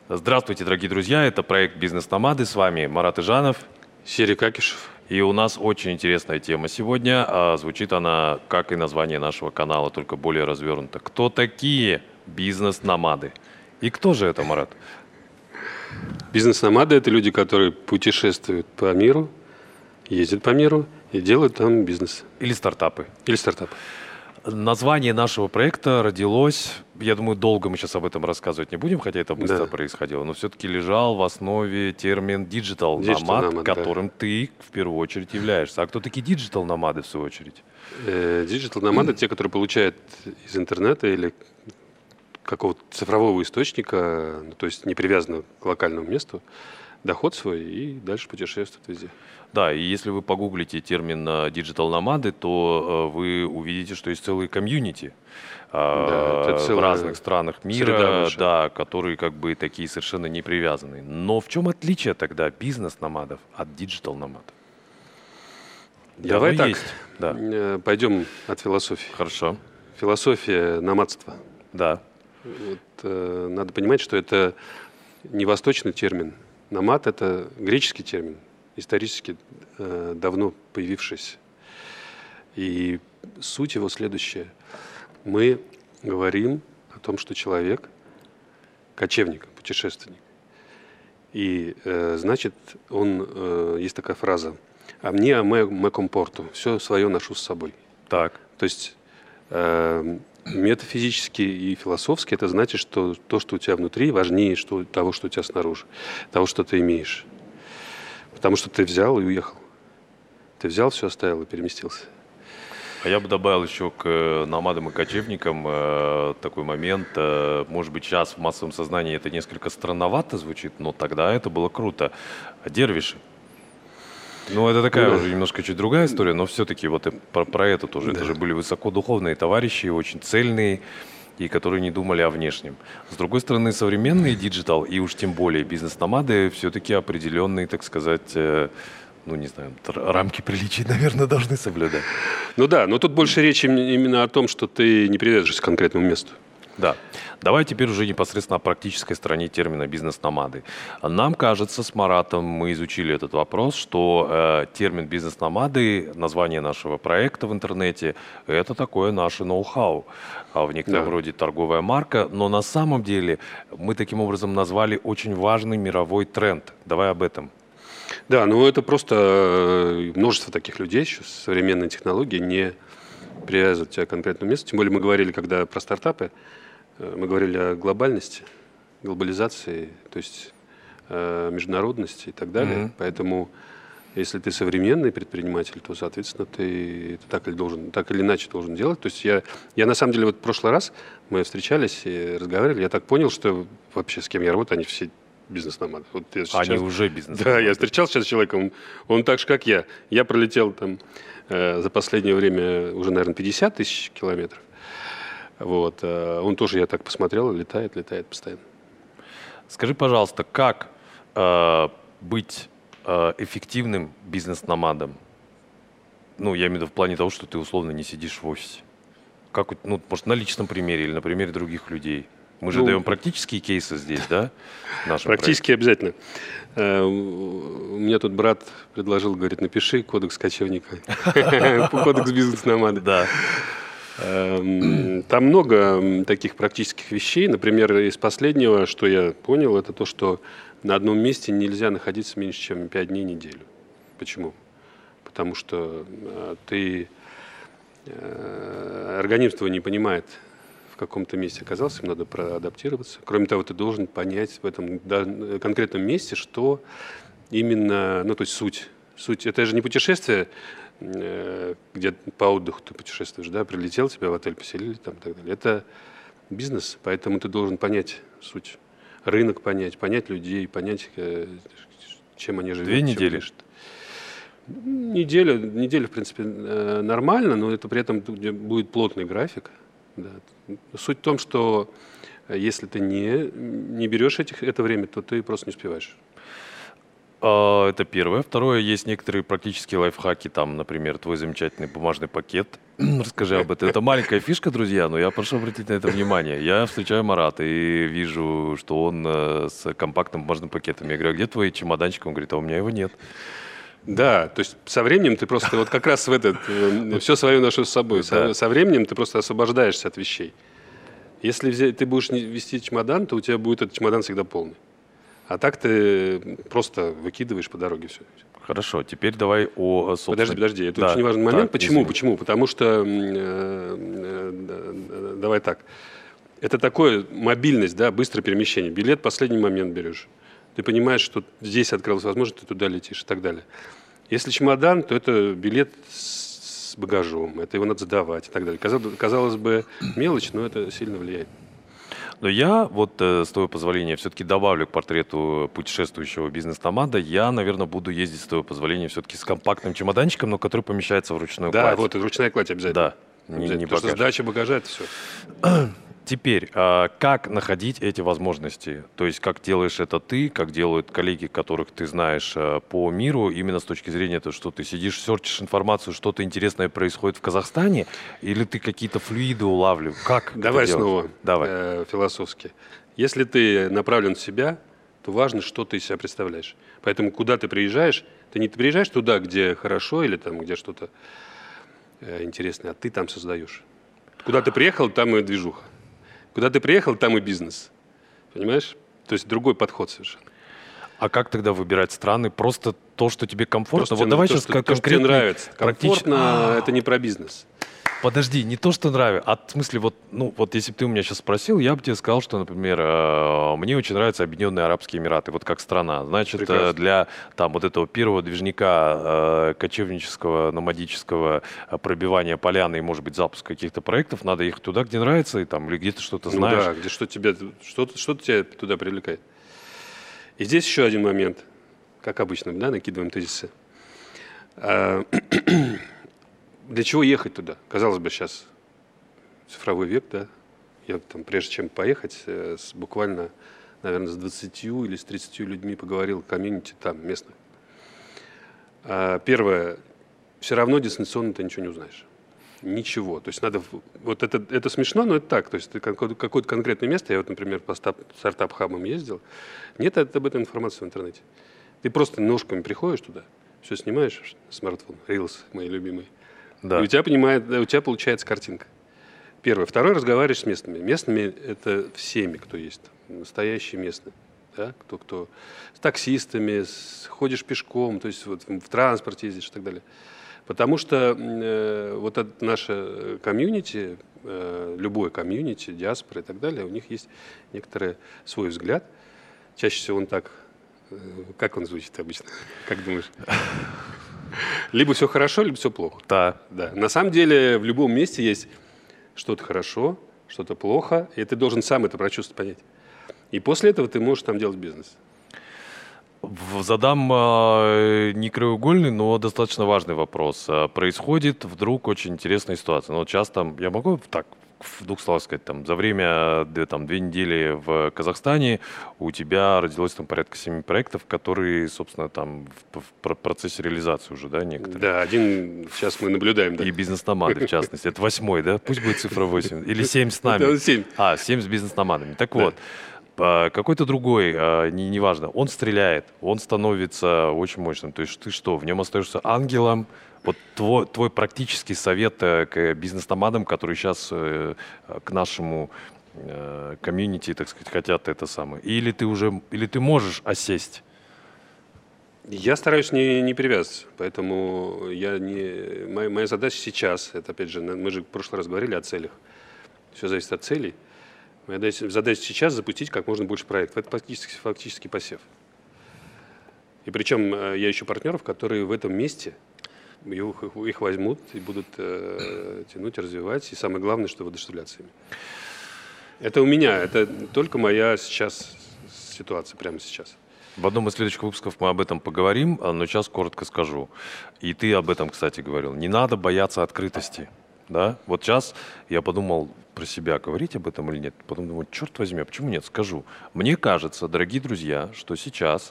Здравствуйте, дорогие друзья! Это проект «Бизнес-номады». С вами Марат Ижанов. Серик Акишев. И у нас очень интересная тема сегодня. Звучит она, как и название нашего канала, только более развернуто. Кто такие бизнес-номады? И кто же это, Марат? Бизнес-номады – это люди, которые путешествуют по миру, ездят по миру и делают там бизнес. Или стартапы. Или стартапы. Название нашего проекта родилось, я думаю, долго мы сейчас об этом рассказывать не будем, хотя это быстро происходило, но все-таки лежал в основе термин digital nomad, которым ты в первую очередь являешься. А кто такие digital nomады в свою очередь? Digital nomады – те, которые получают из интернета или какого-то цифрового источника, то есть не привязанного к локальному месту, доход свой и дальше путешествуют везде. Да, и если вы погуглите термин digital nomады, то вы увидите, что есть целые комьюнити в разных странах мира, да, которые как бы такие совершенно не привязаны. Но в чем отличие тогда бизнес-номадов от digital номадов? Давай так, пойдем от философии. Хорошо. Философия номадства. Да. Вот, надо понимать, что это не восточный термин. Номад – это греческий термин, исторически давно появившийся. И суть его следующая. Мы говорим о том, что человек – кочевник, путешественник. И значит, есть такая фраза «А мне, ме компорту» – «все свое ношу с собой». Так. То есть метафизически и философски это значит, что то, что у тебя внутри, важнее того, что у тебя снаружи, того, что ты имеешь. Потому что ты взял и уехал. Ты взял, все оставил и переместился. А я бы добавил еще к номадам и кочевникам такой момент. Может быть, сейчас в массовом сознании это несколько странновато звучит, но тогда это было круто. Дервиши. Ну, это такая уже немножко чуть другая история, но все-таки вот про это тоже. Это же были высокодуховные товарищи, очень цельные, и которые не думали о внешнем. С другой стороны, современные диджитал, и уж тем более бизнес-номады, все-таки определенные, так сказать, ну, не знаю, рамки приличий, наверное, должны соблюдать. Ну да, но тут больше речи именно о том, что ты не привяжешься к конкретному месту. Да. Давай теперь уже непосредственно о практической стороне термина «бизнес-номады». Нам кажется, с Маратом мы изучили этот вопрос, что термин «бизнес-номады», название нашего проекта в интернете, это такое наше ноу-хау, в некотором роде торговая марка, но на самом деле мы таким образом назвали очень важный мировой тренд. Давай об этом. Да, ну это просто множество таких людей сейчас, современные технологии не привязывают тебя к конкретному месту. Тем более мы говорили, когда про стартапы, мы говорили о глобальности, глобализации, то есть международности и так далее. Поэтому, если ты современный предприниматель, то, соответственно, ты это так или иначе должен делать. То есть я на самом деле, вот в прошлый раз мы встречались и разговаривали, я так понял, что вообще с кем я работаю, они все бизнес-номады. Вот они уже бизнес-номады. Да, я встречался сейчас с человеком, он так же, как я. Я пролетел там за последнее время уже, наверное, 50 тысяч километров. Вот. Он тоже, я так посмотрел, летает постоянно. Скажи, пожалуйста, как быть эффективным бизнес-номадом? Ну, я имею в виду в плане того, что ты условно не сидишь в офисе. Как, ну, может, на личном примере или на примере других людей? Мы же даем практические кейсы здесь, да? Практически обязательно. У меня тут брат предложил, говорит, напиши кодекс кочевника, кодекс бизнес-номада. Да. Там много таких практических вещей. Например, из последнего, что я понял, это то, что на одном месте нельзя находиться меньше, чем 5 дней в неделю. Почему? Потому что организм твой не понимает, в каком-то месте оказался, им надо проадаптироваться. Кроме того, ты должен понять в этом конкретном месте, что именно, ну, то есть суть. Это же не путешествие, где по отдыху ты путешествуешь, да, прилетел, тебя в отель поселили, там, и так далее. Это бизнес, поэтому ты должен понять суть. Рынок понять людей, понять, чем они живут. 2 недели? Неделя, в принципе, нормально, но это при этом будет плотный график. Да. Суть в том, что если ты не берешь это время, то ты просто не успеваешь. Это первое. Второе, есть некоторые практические лайфхаки, там, например, твой замечательный бумажный пакет. Расскажи об этом. Это маленькая фишка, друзья, но я прошу обратить на это внимание. Я встречаю Марата и вижу, что он с компактным бумажным пакетом. Я говорю, а где твой чемоданчик? Он говорит, а у меня его нет. Да, то есть со временем ты просто вот как раз в этот, все свое ношу с собой. Со временем ты просто освобождаешься от вещей. Если ты будешь вести чемодан, то у тебя будет этот чемодан всегда полный. А так ты просто выкидываешь по дороге все. Хорошо, теперь давай о собственном. Подожди, это очень важный момент. Почему? Извини. Почему? Потому что, давай так, это такое мобильность, да, быстрое перемещение. Билет в последний момент берешь. Ты понимаешь, что здесь открылась возможность, ты туда летишь и так далее. Если чемодан, то это билет с багажом, это его надо сдавать и так далее. Казалось бы, мелочь, но это сильно влияет. Но я вот, с твоего позволения, все-таки добавлю к портрету путешествующего бизнес-номада. Я, наверное, буду ездить, с твоего позволения, все-таки с компактным чемоданчиком, но который помещается в ручную кладь. Да, вот, это ручная кладь обязательно. Да, Обязательно, не потому что багаж. сдача багажа – это все. Теперь, как находить эти возможности? То есть, как делаешь это ты, как делают коллеги, которых ты знаешь по миру, именно с точки зрения того, что ты сидишь, серчишь информацию, что-то интересное происходит в Казахстане, или ты какие-то флюиды улавливаешь? Как Давай это делать? снова Давай. философски. Если ты направлен в себя, то важно, что ты из себя представляешь. Поэтому, куда ты приезжаешь, ты не приезжаешь туда, где хорошо или там, где что-то интересное, а ты там создаешь. Куда ты приехал, там и движуха. Куда ты приехал, там и бизнес. Понимаешь? То есть другой подход совершенно. А как тогда выбирать страны? Просто то, что тебе комфортно? Просто Вот давай сейчас то, что тебе нравится. Комфортно – это не про бизнес. Подожди, не то, что нравится, а в смысле, вот, ну, вот если бы ты у меня сейчас спросил, я бы тебе сказал, что, например, мне очень нравятся Объединенные Арабские Эмираты, вот как страна. Значит, для там вот этого первого движника кочевнического, номадического пробивания поляны и, может быть, запуска каких-то проектов, надо ехать туда, где нравится, и там, или где ты что-то знаешь. Ну да, где что тебя туда привлекает. И здесь еще один момент, как обычно, да, накидываем тезисы. Для чего ехать туда? Казалось бы, сейчас цифровой век, да? Я там, прежде чем поехать, буквально, наверное, с 20 или с 30 людьми поговорил, комьюнити там, местных. Первое, все равно дистанционно ты ничего не узнаешь. Ничего. То есть надо... Вот это смешно, но это так. То есть ты какое-то конкретное место, я вот, например, по стартап-хабам ездил, нет об этом информации в интернете. Ты просто ножками приходишь туда, все снимаешь, смартфон, Reels, мои любимые, Да. и у тебя получается картинка. Первое. Второе, разговариваешь с местными. Местными – это всеми, кто есть. Настоящие местные. Да? Кто с таксистами, ходишь пешком, то есть вот в транспорте ездишь и так далее. Потому что вот это наше комьюнити, любое комьюнити, диаспора и так далее, у них есть некоторый свой взгляд. Чаще всего он так… Как он звучит обычно? Как думаешь? Либо все хорошо, либо все плохо. Да. Да. На самом деле в любом месте есть что-то хорошо, что-то плохо, и ты должен сам это прочувствовать, понять. И после этого ты можешь там делать бизнес. Задам не краеугольный, но достаточно важный вопрос. Происходит вдруг очень интересная ситуация. Ну, вот сейчас там, я могу так в двух словах сказать, там, за время 2 недели в Казахстане у тебя родилось там порядка 7 проектов, которые, собственно, там в процессе реализации уже, да, некоторые. Да, один сейчас мы наблюдаем. Да. И бизнес-номады, в частности. Это 8-й, да? Пусть будет цифра 8. Или 7 с нами. Это 7. 7 с бизнес-номадами. Так вот. Какой-то другой, неважно, он стреляет, он становится очень мощным. То есть ты что, в нем остаешься ангелом? Вот твой практический совет к бизнес-номадам, которые сейчас к нашему комьюнити, так сказать, хотят это самое. Или ты можешь осесть? Я стараюсь не привязываться, поэтому моя задача сейчас, это опять же, мы же в прошлый раз говорили о целях. Все зависит от целей. Моя задача сейчас запустить как можно больше проектов. Это фактически посев. И причем я ищу партнеров, которые в этом месте их возьмут и будут тянуть, развивать. И самое главное, что воодушевляться ими. Это у меня, это только моя сейчас ситуация, прямо сейчас. В одном из следующих выпусков мы об этом поговорим, но сейчас коротко скажу. И ты об этом, кстати, говорил. Не надо бояться открытости. Да? Вот сейчас я подумал, про себя говорить об этом или нет. Потом думаю, черт возьми, а почему нет? Скажу. Мне кажется, дорогие друзья, что сейчас,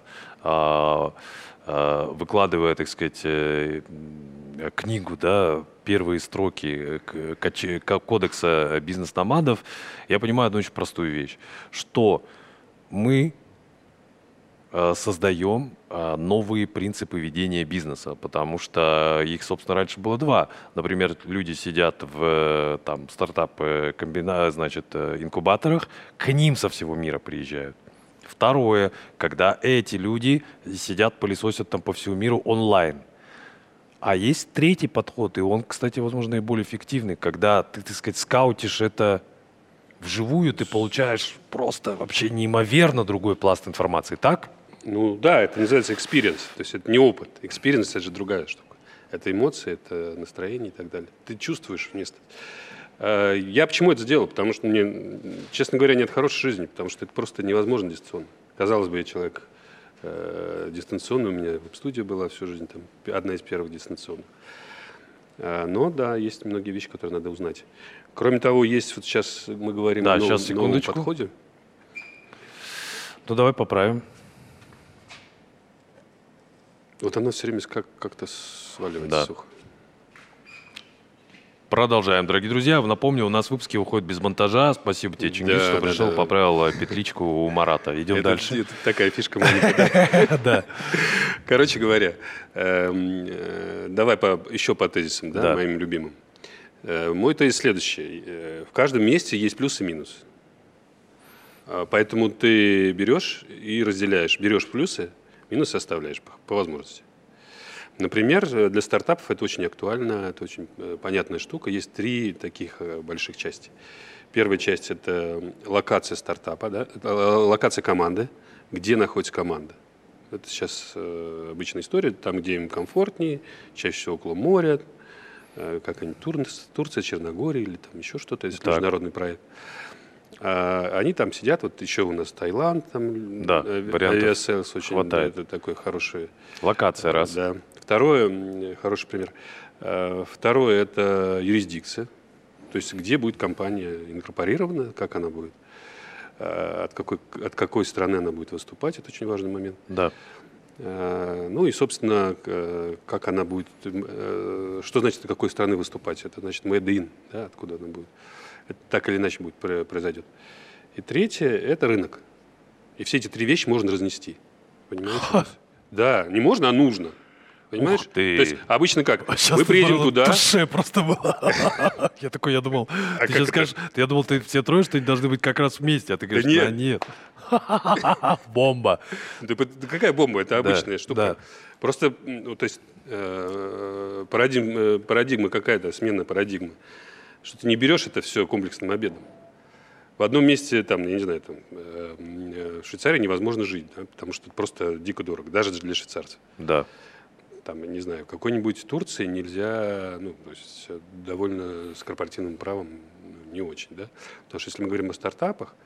выкладывая, так сказать, книгу, да, первые строки кодекса бизнес-номадов, я понимаю одну очень простую вещь, что мы создаем новые принципы ведения бизнеса, потому что их, собственно, раньше было два. Например, люди сидят в там, значит, инкубаторах, к ним со всего мира приезжают. Второе, когда эти люди сидят, пылесосят там по всему миру онлайн. А есть третий подход, и он, кстати, возможно, и более эффективный, когда ты, так сказать, скаутишь это вживую, ты получаешь просто вообще неимоверно другой пласт информации, так? Ну да, это называется experience, то есть это не опыт. Experience — это же другая штука. Это эмоции, это настроение и так далее. Ты чувствуешь вместо... Я почему это сделал? Потому что мне, честно говоря, нет хорошей жизни, потому что это просто невозможно дистанционно. Казалось бы, я человек дистанционный, у меня веб-студия была всю жизнь, там, одна из первых дистанционных. Но да, есть многие вещи, которые надо узнать. Кроме того, есть вот сейчас мы говорим о новом подходе. Ну давай поправим. Вот оно все время как-то сваливается сухо. Продолжаем, дорогие друзья. Напомню, у нас выпуски выходят без монтажа. Спасибо тебе, Чингис, что пришел, поправил петличку у Марата. Идем дальше. Это такая фишка маленькая. Да. Короче говоря, давай еще по тезисам, моим любимым. Мой тезис следующий. В каждом месте есть плюс и минус. Поэтому ты берешь и разделяешь. Берешь плюсы, минусы оставляешь по возможности. Например, для стартапов это очень актуально, это очень понятная штука. Есть 3 таких больших части. Первая часть – это локация стартапа, да? Локация команды, где находится команда. Это сейчас обычная история, там, где им комфортнее, чаще всего около моря, какая-нибудь Турция, Черногория или там еще что-то, если международный проект. Они там сидят, вот еще у нас Таиланд, там авиасейлс очень хватает. Это такой хороший. Локация раз. Да. Второе, хороший пример. Второе – это юрисдикция, то есть где будет компания инкорпорирована, как она будет, от какой страны она будет выступать, это очень важный момент. Да. Ну и, собственно, как она будет, что значит, от какой страны выступать, это значит made in, да, откуда она будет. Это так или иначе произойдет. И третье – это рынок. И все эти 3 вещи можно разнести. Понимаете? Да, не можно, а нужно. Понимаешь? Ух ты. То есть обычно как? Сейчас Мы приедем туда. Просто было. Я думал, ты сейчас скажешь, я думал, ты все трое, что они должны быть как раз вместе, а ты говоришь, да нет. Бомба. Да какая бомба? Это обычная штука. Просто, то есть парадигма какая-то, смена парадигмы. Что ты не берешь это все комплексным обедом. В одном месте, там, я не знаю, там, в Швейцарии невозможно жить, да, потому что это просто дико дорого, даже для швейцарцев. Да. Там, я не знаю, в какой-нибудь Турции нельзя, то есть довольно с корпоративным правом не очень, да. Потому что если мы говорим о стартапах,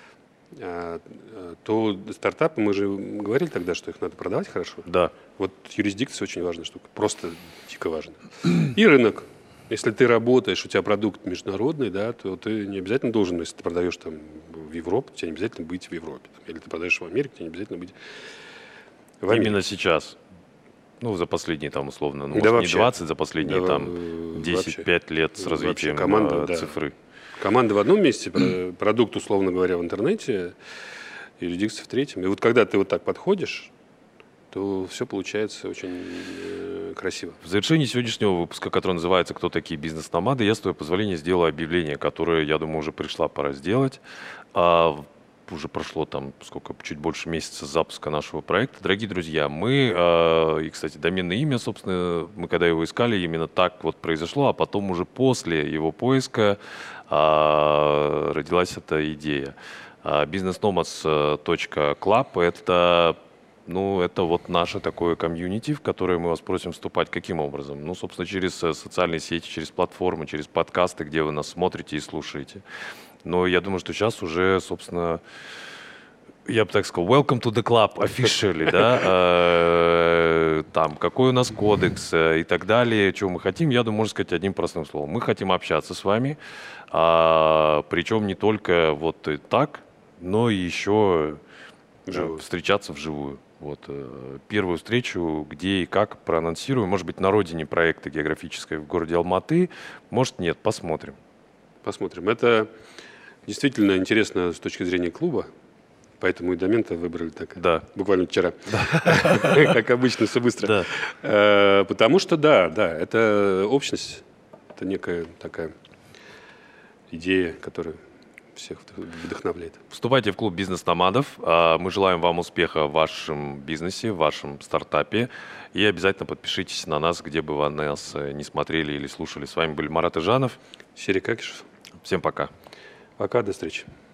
то стартапы, мы же говорили тогда, что их надо продавать хорошо. Да. Вот юрисдикция очень важная штука, просто дико важная. И рынок. Если ты работаешь, у тебя продукт международный, да, то ты не обязательно должен, если ты продаешь там в Европу, тебе не обязательно быть в Европе. Или ты продаешь в Америке, тебе не обязательно быть в Америке. Именно сейчас. Ну, за последние там, условно, да может, вообще, не 20, за последние там 10-5 лет с развитием команда, цифры. Команда в одном месте, продукт, условно говоря, в интернете, юрисдикция в третьем. И вот когда ты вот так подходишь, то все получается очень красиво. В завершении сегодняшнего выпуска, который называется «Кто такие бизнес-номады?», я, с твоего позволения, сделаю объявление, которое, я думаю, уже пришла пора сделать. Уже прошло там чуть больше месяца с запуска нашего проекта. Дорогие друзья, мы, и, кстати, доменное имя, собственно, мы когда его искали, именно так вот произошло, а потом уже после его поиска родилась эта идея. businessnomads.club — это вот наше такое комьюнити, в которое мы вас просим вступать. Каким образом? Ну, собственно, через социальные сети, через платформы, через подкасты, где вы нас смотрите и слушаете. Но я думаю, что сейчас уже, собственно, я бы так сказал, welcome to the club officially, да. там, какой у нас кодекс и так далее, чего мы хотим, я думаю, можно сказать одним простым словом. Мы хотим общаться с вами, причем не только вот так, но и еще Вживую. встречаться вживую. Вот, первую встречу, где и как, проанонсируем. Может быть, на родине проекта географической в городе Алматы, может, нет, посмотрим. Посмотрим. Это действительно интересно с точки зрения клуба, поэтому и домен-то выбрали так. Да. Буквально вчера. Как обычно, все быстро. Потому что, да, это общность, это некая такая идея, которая всех вдохновляет. Вступайте в клуб бизнес-номадов. Мы желаем вам успеха в вашем бизнесе, в вашем стартапе. И обязательно подпишитесь на нас, где бы вы нас не смотрели или слушали. С вами были Марат Ижанов. Серик Акишев. Всем пока. Пока, до встречи.